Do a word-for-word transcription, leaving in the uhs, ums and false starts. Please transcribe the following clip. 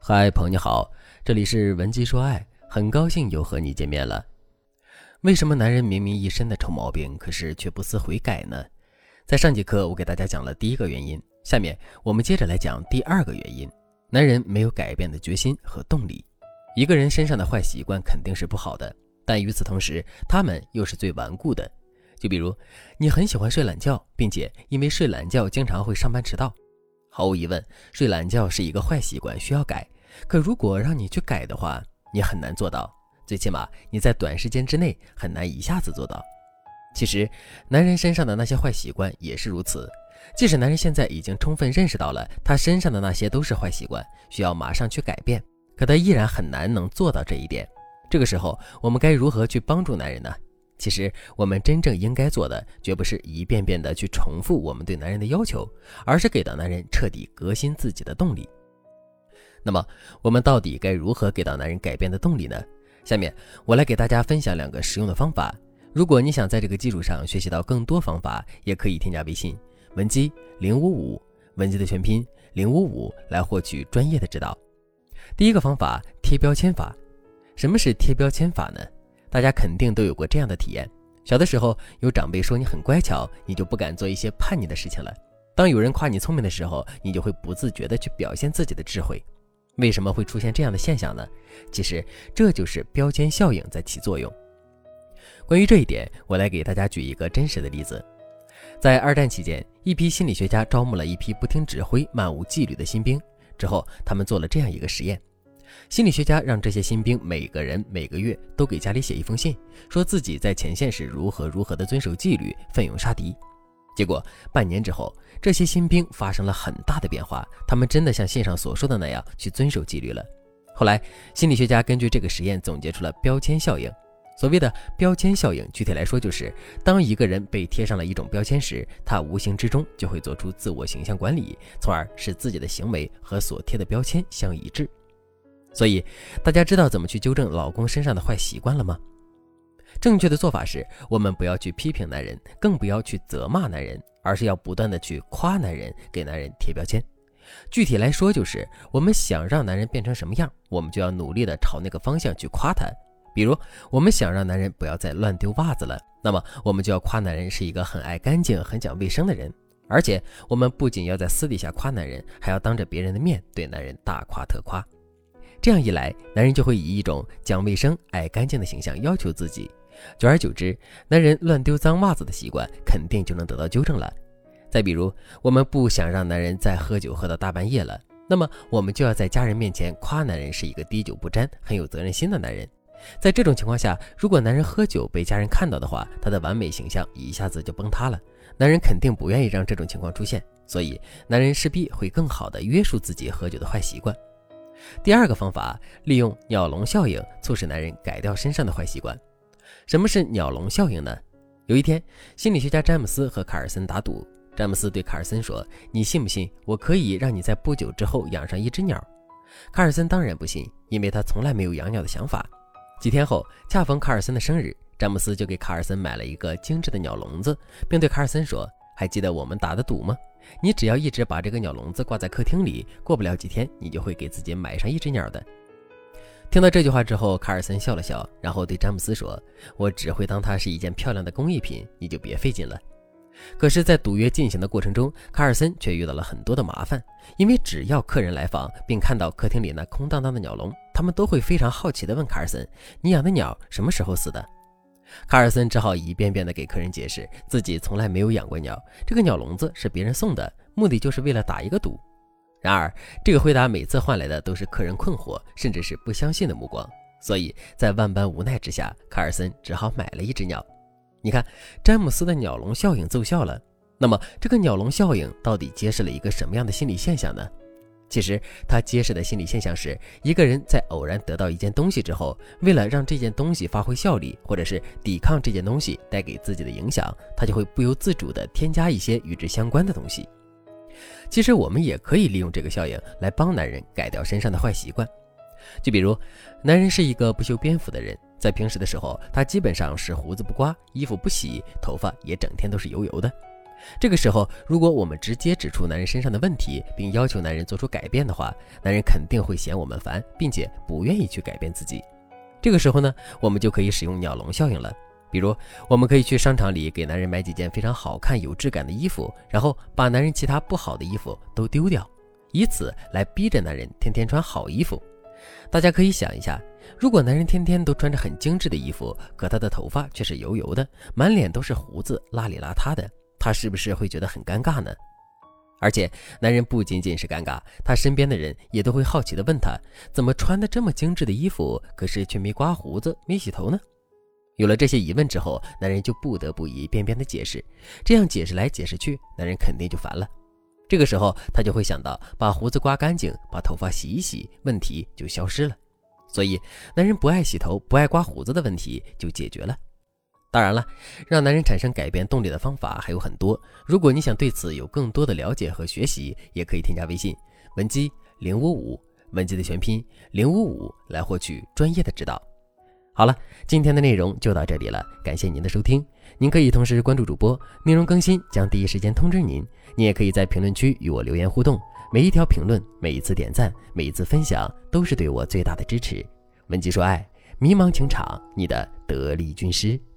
嗨，朋友你好，这里是文姬说爱，很高兴又和你见面了。为什么男人明明一身的臭毛病，可是却不思悔改呢？在上节课我给大家讲了第一个原因，下面我们接着来讲第二个原因。男人没有改变的决心和动力。一个人身上的坏习惯肯定是不好的，但与此同时，他们又是最顽固的。就比如你很喜欢睡懒觉，并且因为睡懒觉经常会上班迟到。毫无疑问，睡懒觉是一个坏习惯，需要改。可如果让你去改的话，你很难做到，最起码你在短时间之内很难一下子做到。其实男人身上的那些坏习惯也是如此，即使男人现在已经充分认识到了他身上的那些都是坏习惯，需要马上去改变，可他依然很难能做到这一点。这个时候我们该如何去帮助男人呢？其实我们真正应该做的绝不是一遍遍的去重复我们对男人的要求，而是给到男人彻底革新自己的动力。那么我们到底该如何给到男人改变的动力呢？下面我来给大家分享两个实用的方法。如果你想在这个基础上学习到更多方法，也可以添加微信文姬零五五，文姬的全拼零五五，来获取专业的指导。第一个方法，贴标签法。什么是贴标签法呢？大家肯定都有过这样的体验，小的时候有长辈说你很乖巧，你就不敢做一些叛逆的事情了。当有人夸你聪明的时候，你就会不自觉地去表现自己的智慧。为什么会出现这样的现象呢？其实这就是标签效应在起作用。关于这一点，我来给大家举一个真实的例子。在二战期间，一批心理学家招募了一批不听指挥、漫无纪律的新兵，之后他们做了这样一个实验。心理学家让这些新兵每个人每个月都给家里写一封信，说自己在前线时如何如何的遵守纪律，奋勇杀敌。结果半年之后，这些新兵发生了很大的变化，他们真的像信上所说的那样去遵守纪律了。后来心理学家根据这个实验总结出了标签效应。所谓的标签效应，具体来说就是当一个人被贴上了一种标签时，他无形之中就会做出自我形象管理，从而使自己的行为和所贴的标签相一致。所以大家知道怎么去纠正老公身上的坏习惯了吗？正确的做法是，我们不要去批评男人，更不要去责骂男人，而是要不断的去夸男人，给男人贴标签。具体来说就是，我们想让男人变成什么样，我们就要努力的朝那个方向去夸他。比如我们想让男人不要再乱丢袜子了，那么我们就要夸男人是一个很爱干净、很讲卫生的人。而且我们不仅要在私底下夸男人，还要当着别人的面对男人大夸特夸。这样一来，男人就会以一种讲卫生、爱干净的形象要求自己，久而久之，男人乱丢脏袜子的习惯肯定就能得到纠正了。再比如，我们不想让男人再喝酒喝到大半夜了，那么我们就要在家人面前夸男人是一个滴酒不沾、很有责任心的男人。在这种情况下，如果男人喝酒被家人看到的话，他的完美形象一下子就崩塌了，男人肯定不愿意让这种情况出现，所以男人势必会更好地约束自己喝酒的坏习惯。第二个方法，利用鸟笼效应促使男人改掉身上的坏习惯。什么是鸟笼效应呢？有一天，心理学家詹姆斯和卡尔森打赌。詹姆斯对卡尔森说，你信不信我可以让你在不久之后养上一只鸟？卡尔森当然不信，因为他从来没有养鸟的想法。几天后，恰逢卡尔森的生日，詹姆斯就给卡尔森买了一个精致的鸟笼子，并对卡尔森说，还记得我们打的赌吗？你只要一直把这个鸟笼子挂在客厅里，过不了几天，你就会给自己买上一只鸟的。听到这句话之后，卡尔森笑了笑，然后对詹姆斯说，我只会当它是一件漂亮的工艺品，你就别费劲了。可是在赌约进行的过程中，卡尔森却遇到了很多的麻烦，因为只要客人来访并看到客厅里那空荡荡的鸟笼，他们都会非常好奇地问卡尔森，你养的鸟什么时候死的？卡尔森只好一遍遍地给客人解释，自己从来没有养过鸟，这个鸟笼子是别人送的，目的就是为了打一个赌。然而这个回答每次换来的都是客人困惑甚至是不相信的目光，所以在万般无奈之下，卡尔森只好买了一只鸟。你看，詹姆斯的鸟笼效应奏效了。那么这个鸟笼效应到底揭示了一个什么样的心理现象呢？其实它揭示的心理现象是，一个人在偶然得到一件东西之后，为了让这件东西发挥效力，或者是抵抗这件东西带给自己的影响，他就会不由自主地添加一些与之相关的东西。其实我们也可以利用这个效应来帮男人改掉身上的坏习惯。就比如，男人是一个不修边幅的人，在平时的时候，他基本上是胡子不刮，衣服不洗，头发也整天都是油油的。 这个时候，如果我们直接指出男人身上的问题，并要求男人做出改变的话，男人肯定会嫌我们烦，并且不愿意去改变自己。这个时候呢，我们就可以使用鸟笼效应了。比如，我们可以去商场里给男人买几件非常好看、有质感的衣服，然后把男人其他不好的衣服都丢掉，以此来逼着男人天天穿好衣服。大家可以想一下，如果男人天天都穿着很精致的衣服，可他的头发却是油油的，满脸都是胡子，邋里邋遢的，他是不是会觉得很尴尬呢？而且男人不仅仅是尴尬，他身边的人也都会好奇地问他，怎么穿的这么精致的衣服，可是却没刮胡子没洗头呢？有了这些疑问之后，男人就不得不一遍遍的解释，这样解释来解释去，男人肯定就烦了。这个时候他就会想到把胡子刮干净，把头发洗一洗，问题就消失了。所以男人不爱洗头不爱刮胡子的问题就解决了。当然了，让男人产生改变动力的方法还有很多，如果你想对此有更多的了解和学习，也可以添加微信文姬零五五，文姬的全拼零五五，来获取专业的指导。好了，今天的内容就到这里了，感谢您的收听。您可以同时关注主播，内容更新将第一时间通知您。您也可以在评论区与我留言互动，每一条评论，每一次点赞，每一次分享，都是对我最大的支持。文姬说爱，迷茫情场，你的得力军师。